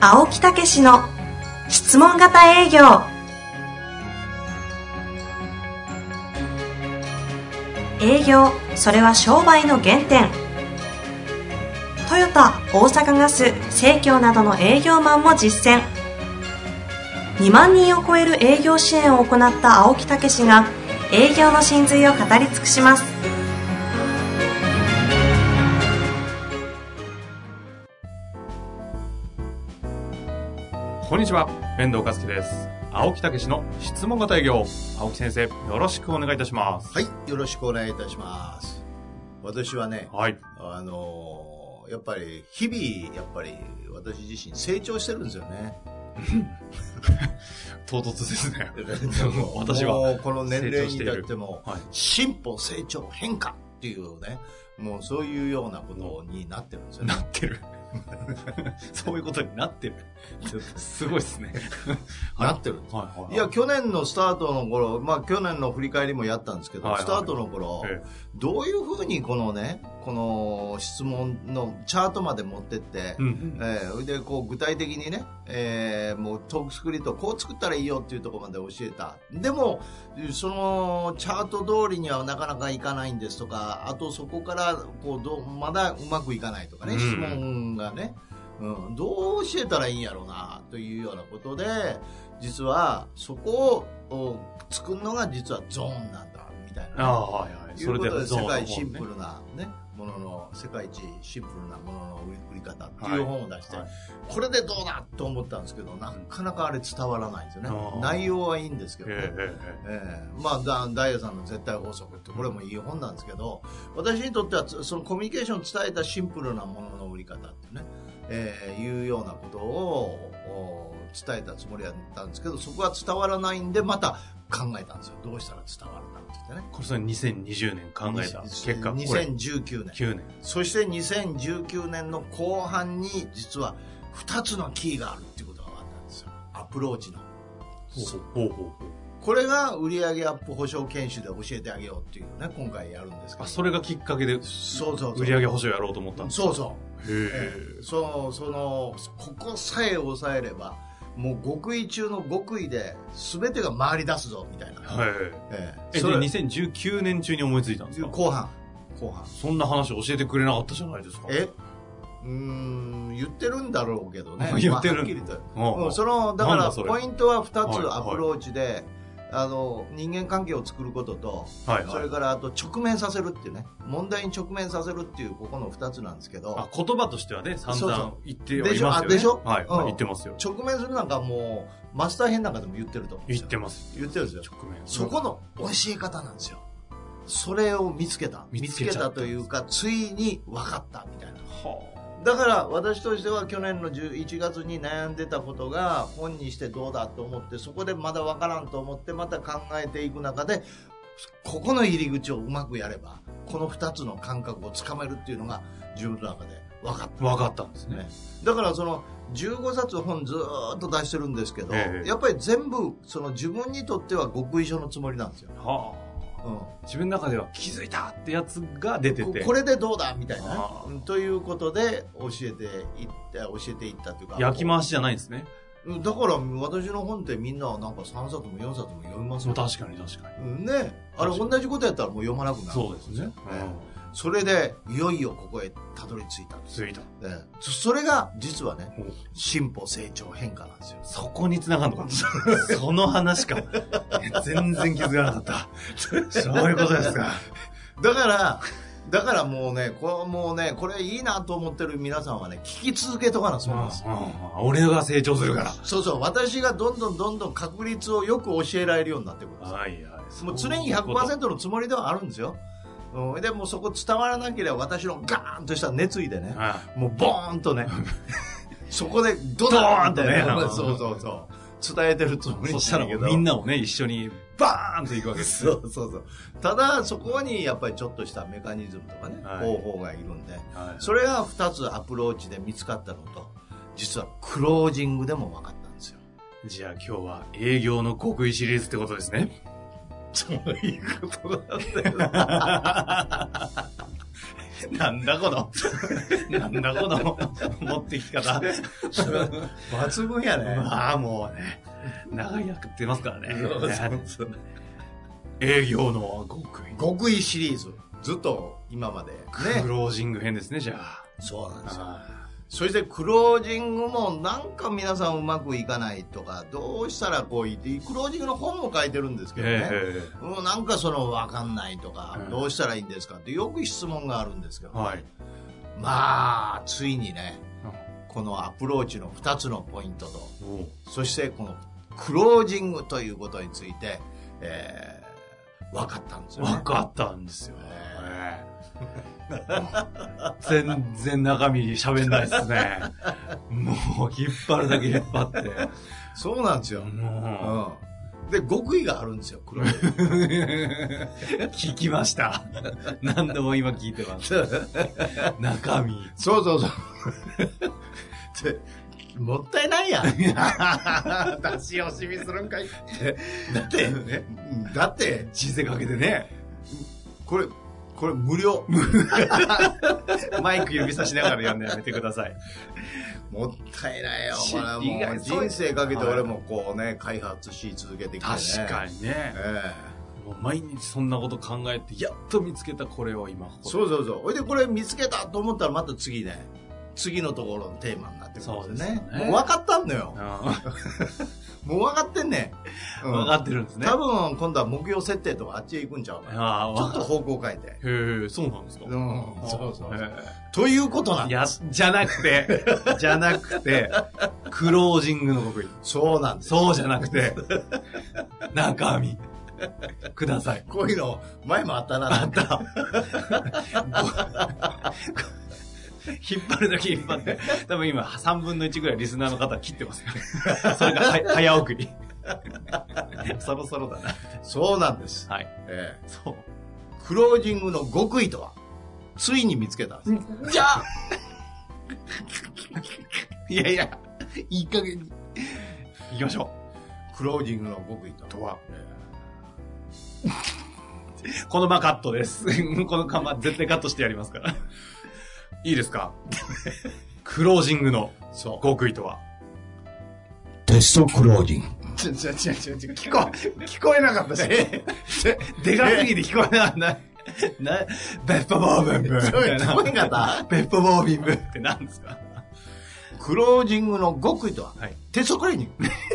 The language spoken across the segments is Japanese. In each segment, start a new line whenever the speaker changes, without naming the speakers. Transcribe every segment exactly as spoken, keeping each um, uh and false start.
青木武氏の質問型営業。営業、それは商売の原点。トヨタ、大阪ガス、生協などの営業マンも実践。にまんにんを超える営業支援を行った青木武氏が営業の真髄を語り尽くします。
こんにちは、遠藤和樹です。青木武の質問型営業。青木先生、よろしくお願いいたします。
はい、よろしくお願いいたします。私はね、
はい、
あのやっぱり日々やっぱり私自身成長してるんですよね。
唐突ですね。私は
もうこの年齢に至っても、はい、進歩、成長、変化っていうね、もうそういうようなことになってるんですよね。
なってる。そういうことになってる。すごいですね。
なってるんです、
はいはいはい。
いや、去年のスタートの頃、まあ去年の振り返りもやったんですけど、はいはい、スタートの頃、ええ、どういうふうにこのね、この質問のチャートまで持ってって、うんうんえー、でこう具体的にね、えー、もうトークスクリプトこう作ったらいいよっていうところまで教えた。でもそのチャート通りにはなかなかいかないんですとか、あとそこからこうどうまだうまくいかないとかね、うん、質問がね、うん、どう教えたらいいんやろうなというようなことで、実はそこを作るのが実はゾーンなんだみたいな、ね、あ、はいはい、いうことで世界シンプルなねものの世界一シンプルなものの売り方っていう本を出して、はいはい、これでどうだと思ったんですけど、なかなかあれ伝わらないんですよね。内容はいいんですけど、ねえーえー、まあダイヤさんの絶対法則ってこれもいい本なんですけど、私にとってはそのコミュニケーションを伝えたシンプルなものの売り方ってね、えー、いうようなことを伝えたつもりだったんですけど、そこは伝わらないんでまた考えたんですよ。どうしたら伝わるんだって言ってね。
これそれにせんにじゅうねん考えた結果、
にせんじゅうきゅうねん、
きゅうねん、
そしてにせんじゅうきゅうねんの後半に実はふたつのキーがあるっていうことが分かったんですよ。アプローチの。
ほうほうほうほう。
これが売上アップ保証研修で教えてあげようっていうね、今回やるんですけど。
あ、それがきっかけで
そうそうそう
売上保証やろうと思ったんですか。
そうそう。へえ。そのそのここさえ抑えれば。もう極意中の極意で全てが回り出すぞみたいな。はい。
ええ。それにせんじゅうきゅうねん中に思いついたんですか。
後半。後半。
そんな話教えてくれなかったじゃないですか。
え？うーん、言ってるんだろうけどね。
言ってる。
まあ、はっきりと。うん、そのだからポイントはふたつアプローチで。はいはい、あの人間関係を作ることと、はいはい、それからあと直面させるっていうね、問題に直面させるっていうここのふたつなんですけど、
あ、言葉としてはね散々言ってはいますよね。
でしょ、
はい、
うん、
言ってますよ。
直面するなんかもうマスター編なんかでも言ってると思うんですよ。
言ってます
言ってるんですよ。
直面、
そこの教え方なんですよ。それを見つけた見つけたというか、ついに分かったみたいな。はあ、だから私としては去年のじゅういちがつに悩んでたことが本にしてどうだと思って、そこでまだ分からんと思ってまた考えていく中で、ここの入り口をうまくやればこのふたつの感覚をつかめるっていうのが自分の中で分かった
分かったんですね。
だからそのじゅうごさつ本ずーっと出してるんですけど、ええ、やっぱり全部その自分にとっては極意書のつもりなんですよ。はあ、
うん、自分の中では気づいたってやつが出てて、
こ, これでどうだみたいな、ということで教えていった教えていったというか、
焼き回しじゃないんですね。
だから私の本ってみんななんかさんさつもよんさつも読みますよ。
確かに確かに
ね、あれ同じことやったらもう読まなくなる。
そうですね、うん、
それでいよいよここへたどり着いたんです。
着いた、
ね、それが実はね、進歩成長変化なんですよ。
そこに繋がるのかその話か全然気づかなかったそういうことですか。
だからだからもうね、これもうね、これいいなと思ってる皆さんはね、聞き続けとかなそうなんです。
俺が成長するから。
そうそう、私がどんどんどんどん確率をよく教えられるようになってくるんです。はいはい。もう常に ひゃくパーセント のつもりではあるんですよ。うん、でもそこ伝わらなければ私のガーンとした熱意でね、はい、もうボーンとね、そこでドドーンとね、そうそうそう。伝えてるつもりなんだけど。そ
したらみんなもね、一緒にバーンといくわけです。
そうそうそう。ただそこにやっぱりちょっとしたメカニズムとかね、はい、方法がいるんで、はい、それがふたつアプローチで見つかったのと、実はクロージングでも分かったんですよ。
じゃあ今日は営業の極意シリーズってことですね。
そういうことなんだよな。
なんだこの、なんだこの持ってき方。
抜群やね。
まあもうね、長い役ってますからね。そうそう営業の極意。
極意シリーズ。ずっと今まで、
ね。クロージング編ですね、じゃあ。
そうなんですよ。そしてクロージングもなんか皆さんうまくいかないとか、どうしたらこういって、クロージングの本も書いてるんですけどね。もうなんかその分かんないとか、どうしたらいいんですかってよく質問があるんですけど、はい、まあ、ついにね、このアプローチのふたつのポイントと、そしてこのクロージングということについて、えー、分かったんですよね。
分かったんですよ。えー全然中身喋んないですね。もう引っ張るだけ引っ張って。
そうなんですよ。もう、うん、で、極意があるんですよ、黒い。
聞きました。何度も今聞いてます。中身。
そうそうそう。でもったいないやん。出し惜しみするんかい。だって、だって、
人生かけてね。
これ、これ無料。
マイク指さしながらやんのやめてください。
もったいないよ。これもう人生かけて俺もこうね、開発し続けてきてね。
確かにね。えー、もう毎日そんなこと考えて、やっと見つけたこれを今。
そうそうそう。ほいでこれ見つけたと思ったらまた次ね、次のところのテーマになってくるんですね。もう分かったんだよ。もう分かってんね
ん。うん、分かってるんですね。
多分今度は目標設定とかあっちへ行くんちゃうかな。ちょっと方向変えて。
へえ、そうなんですか。うん、
そうそう。ということなんです。
いや、じゃなくて、じゃなくて、クロージングの極意。
そうなんです。
そうじゃなくて、中身。ください。
こういうの、前もあったな。
あった。引っ張るだけ引っ張って、多分今さんぶんのいちぐらいリスナーの方切ってますよね。それが早送り。そろそろだな。
そうなんです。
はい。
えー、そう。クロージングの極意とは、ついに見つけたんです。じゃあ
いやいや、いい加減に。行きましょ
う。クロージングの極意とは、
えー、このままカットです。このまま絶対カットしてやりますから。いいですか？クロージングの極意とは？
テストクロージング。
ちょ、ちょ、ちょ、ちょ、聞こえ、聞こえなかったし。でかすぎて聞こえなかった。な、ベッポボービンブ。
そういう聞こえなかった。
ベッポボービンブって何ですか？
クロージングの極意とは、はい、テストクロージン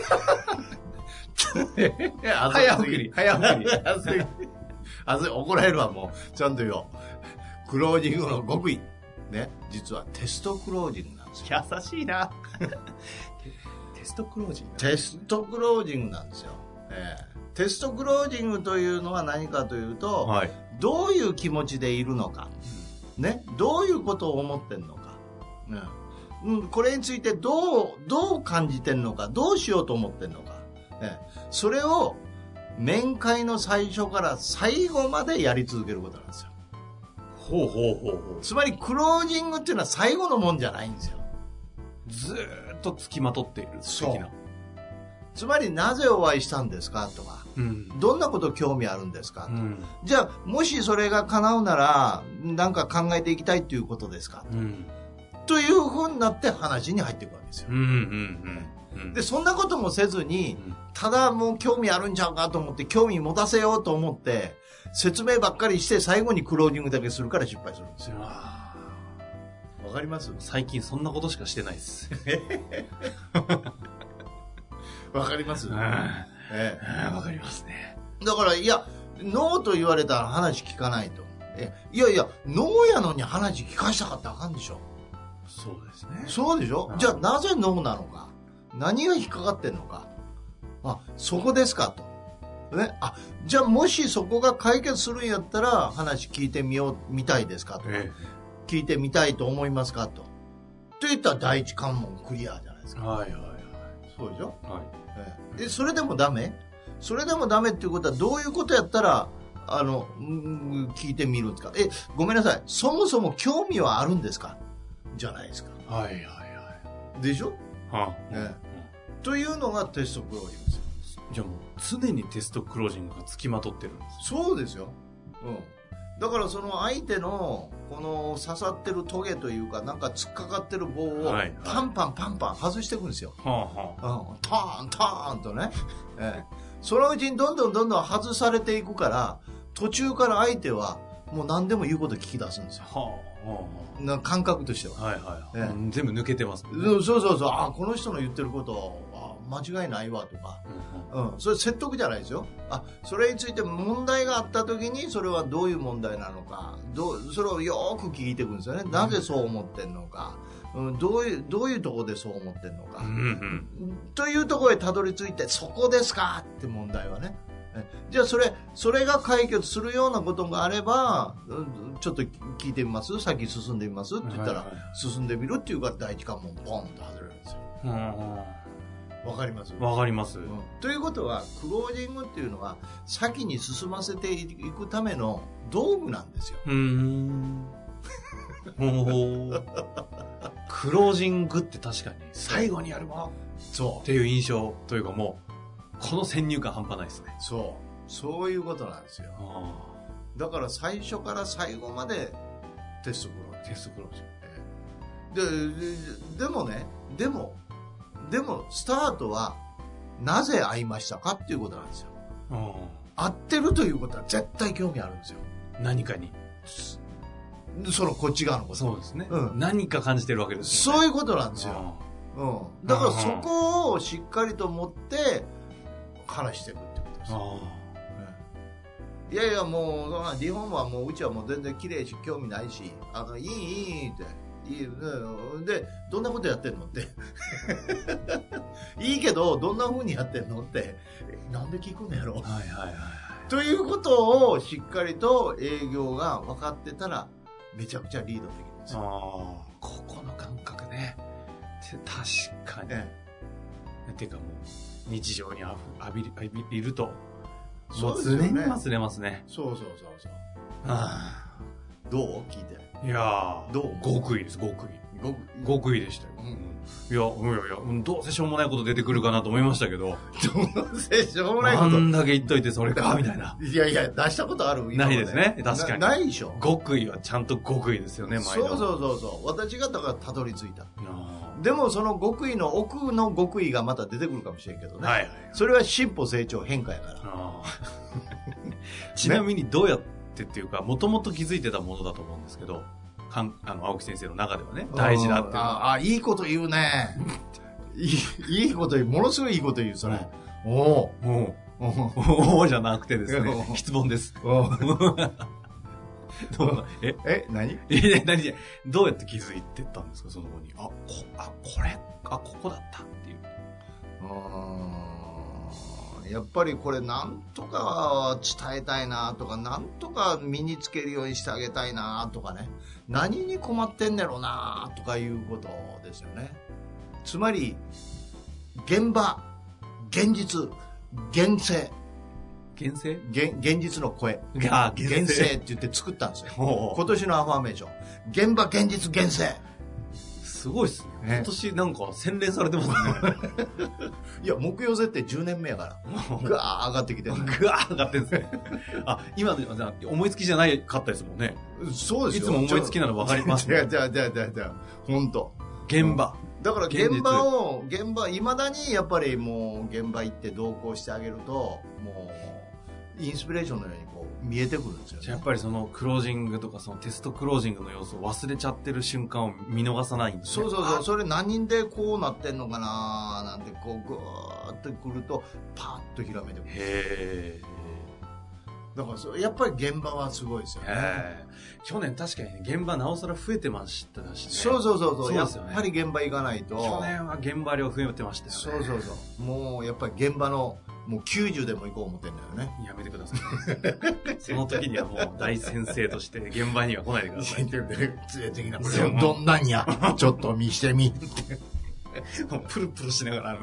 グ。
早送り、早送り。
あず怒られるわ、もう。ちゃんと言おう。クロージングの極意。ね、実はテストクロージングなんですよ。
優しいな。テストクロージング
テストクロージングなんですよ、えー、テストクロージングというのは何かというと、はい、どういう気持ちでいるのか、ね、どういうことを思ってるのか、うん、これについてどう、どう感じてるのか、どうしようと思ってるのか、えー、それを面会の最初から最後までやり続けることなんですよ。
ほうほうほうほう。
つまりクロージングっていうのは最後のもんじゃないんですよ。
ずーっと付きまとっている素敵な。
つまりなぜお会いしたんですかとか、うん、どんなこと興味あるんですかと、うん、じゃあもしそれが叶うなら何か考えていきたいということですかと、うん、というふうになって話に入っていくわけですよ、うんうんうんうん、でそんなこともせずに、うん、ただもう興味あるんちゃうかと思って興味持たせようと思って説明ばっかりして最後にクロージングだけするから失敗するんですよ。わかります？
最近そんなことしかしてないです。
わかります？
ええ、わかりますね。
だからいやノーと言われたら話聞かないと。えいやいやノーやのに話聞かしたかったらあかんでしょ。
そうですね。
そうでしょ。じゃあなぜノーなのか、何が引っかかってんのか。あ、そこですかと。ね、あ、じゃあもしそこが解決するんやったら話聞いてみよう、みたいですかとか、ええ、聞いてみたいと思いますかと。といったら第一関門クリアじゃないですか。はいはいはい。そうでしょ。はい。ええ、でそれでもダメ？それでもダメっていうことはどういうことやったらあの、うん、聞いてみるんですか。え、ごめんなさい。そもそも興味はあるんですか？じゃないですか。はいはいはい。でしょ。はあ、ええ、というのがテストクロージングですよ。
じゃあもう常にテストクロージングがつきまとってるんです。
そうですよ。うん。 だからその相手のこの刺さってるトゲというかなんか突っかかってる棒をパンパンパンパン外していくんですよ、はいはい、うん、ターンターンとね、ええ、そのうちにどんどんどんどん外されていくから途中から相手はもう何でも言うこと聞き出すんですよ、はあはあ、な感覚としては、はいはいはい、ええ、全部抜けてますね。そうそうそう、あ、この人の言ってることあ間違いないわとか、うんうん、それ説得じゃないですよ。あ、それについて問題があった時にそれはどういう問題なのか、どうそれをよく聞いていくんですよね。なぜそう思ってんのか、うん、どういうどういうところでそう思ってんのか、うんうん、というところへたどり着いて、そこですかって問題はね。じゃあそれそれが解決するようなことがあれば、ちょっと聞いてみます、先進んでみますって言ったら、はいはいはい、進んでみるっていうから第一関門ポンと外れるんですよ。うん、わかります？わかります、うん、ということはクロージングっていうのは先に進ませていくための道具なんですよ。うーんクロージングって確かに最後にやるものそうっていう印象というか、もうこの先入観半端ないですね。そうそういうことなんですよ。だから最初から最後までテストクロージングテストクロージングで, で, でもねでもでもスタートはなぜ会いましたかっていうことなんですよ。会ってるということは絶対興味あるんですよ、何かに。そのこっち側のこと。そうですね、うん、何か感じてるわけですよね。そういうことなんですよ、うん、だからそこをしっかりと持って話していくってことです。あ、いやいやもう日本はもううちはもう全然綺麗し興味ないし、あのいいいいいいっていいでどんなことやってんのっていいけどどんな風にやってんのってなんで聞くんやろ、はいはいはい、ということをしっかりと営業が分かってたらめちゃくちゃリードできるんですよ。あ、ここの感覚ね、確かに、ええ、っていうかもう日常に浴びる、浴びるともう常に忘れますね。そうそうそうそう、はあ、どう聞いて。いやー、どう極意です。極意極意でしたよ、うん、いやいやいや、どうせしょうもないこと出てくるかなと思いましたけど、どうせしょうもないこと、あんだけ言っといてそれかみたいな。いやいや、出したことある？ないですね、確かに な, ないでしょ。極意はちゃんと極意ですよね。毎度そうそうそうそう、私がだからたどり着いた。でもその極意の奥の極意がまた出てくるかもしれんけどね、はいはい、それは進歩成長変化やからあちなみにどうやってっていうか、もともと気づいてたものだと思うんですけど、かんあの青木先生の中ではね、大事だっていう。ああ、いいこと言うねいい、いいこと言う、ものすごいいいこと言う、それ。うん、おおおおじゃなくてですね、質問です。おどうええ何え何どうやって気づいてったんですか、その後に。あこあこれあここだったっていう。あ、やっぱりこれなんとか伝えたいなとか、なんとか身につけるようにしてあげたいなとかね、何に困ってんねやろなとかいうことですよね。つまり現場、現実、現世、現世 現, 現実の声、あ現世、現世って言って作ったんですよ、今年のアファーメーション。現場、現実、現世。すごいっすね。今年なんか洗練されてますねいや、木曜設定じゅうねんめやからぐわー上がってきてるぐわー上がってるんですねあ、今で思いつきじゃないかったですもんね。そうですよ、いつも思いつきなの分かりますね。いや、じゃあじゃあじゃあじゃあ本当現場だから、現場を現場いまだにやっぱりもう現場行って同行してあげると、もうインスピレーションのようにこう見えてくるんですよね。やっぱりそのクロージングとかそのテストクロージングの要素を忘れちゃってる瞬間を見逃さないんですね。そうそうそう、それ何でこうなってんのかななんてこうグーッとくるとパッとひらめいてくる。へー、だからそやっぱり現場はすごいですよね。去年確かに、ね、現場なおさら増えてましたしね。そうそうそうそう、そうですよね、やっぱり現場行かないと。去年は現場量増えてましたよね。そうそうそう、もうやっぱり現場のもうきゅうじゅうでも行こう思ってんだよね。やめてくださいその時にはもう大先生として現場には来ないでください連れてきな、これどんなんやちょっと見してみもうプルプルしながら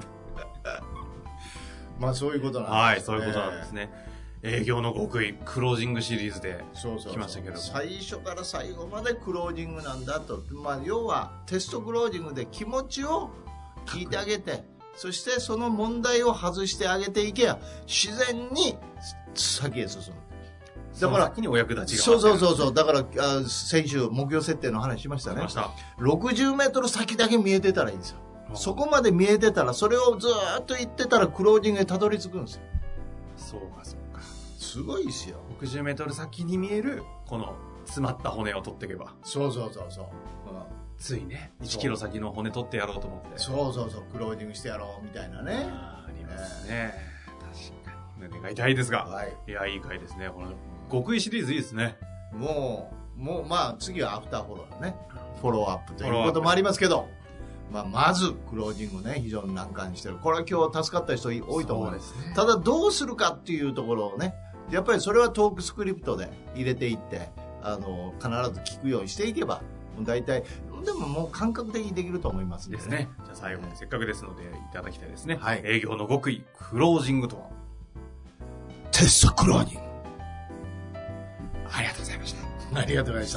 まあそういうことなんです、ね、はい、そういうことなんですね。営業の極意クロージングシリーズで来ましたけど、そうそうそう、最初から最後までクロージングなんだと、まあ、要はテストクロージングで気持ちを聞いてあげて、そしてその問題を外してあげていけば自然に先へ進む。
だから先にお役立ちが。
そうそうそうそう。だからあ先週目標設定の話しましたね。
しました。
ろくじゅうメートル先だけ見えてたらいいんですよ。そこまで見えてたら、それをずーっと言ってたらクロージングへたどり着くんですよ。
そうかそうか。
すごいですよ。
ろくじゅうメートル先に見えるこの詰まった骨を取っていけば。
そうそうそうそう。うん、
ついね、いちキロ先の骨取ってやろうと思って。
そうそうそう、クロージングしてやろうみたいなね。
あ, ありますね。えー、確かに。胸が痛いですが。
はい。
いや、いい回ですね。この極意シリーズいいですね。
もう、もう、まあ、次はアフターフォローね。フォローアップということもありますけど、まあ、まず、クロージングね、非常に難関にしてる。これは今日助かった人多いと思うんです。ね、ただ、どうするかっていうところをね、やっぱりそれはトークスクリプトで入れていって、あの、必ず聞くようにしていけば、大体、でももう感覚的にできると思いますんで、ね。
ですね。じゃあ最後にせっかくですので、いただきたいですね。
はい。
営業の極意、クロージングとは
テストクロージング。
ありがとうございました。
ありがとうございました。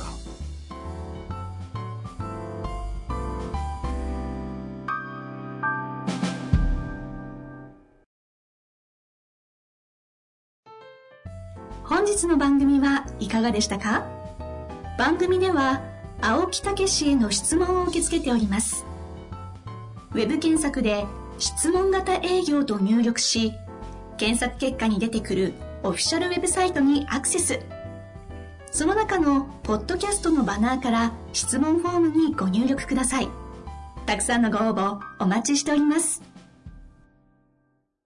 本日の番組はいかがでしたか？番組では青木武氏への質問を受け付けております。ウェブ検索で質問型営業と入力し、検索結果に出てくるオフィシャルウェブサイトにアクセス。その中のポッドキャストのバナーから質問フォームにご入力ください。たくさんのご応募お待ちしております。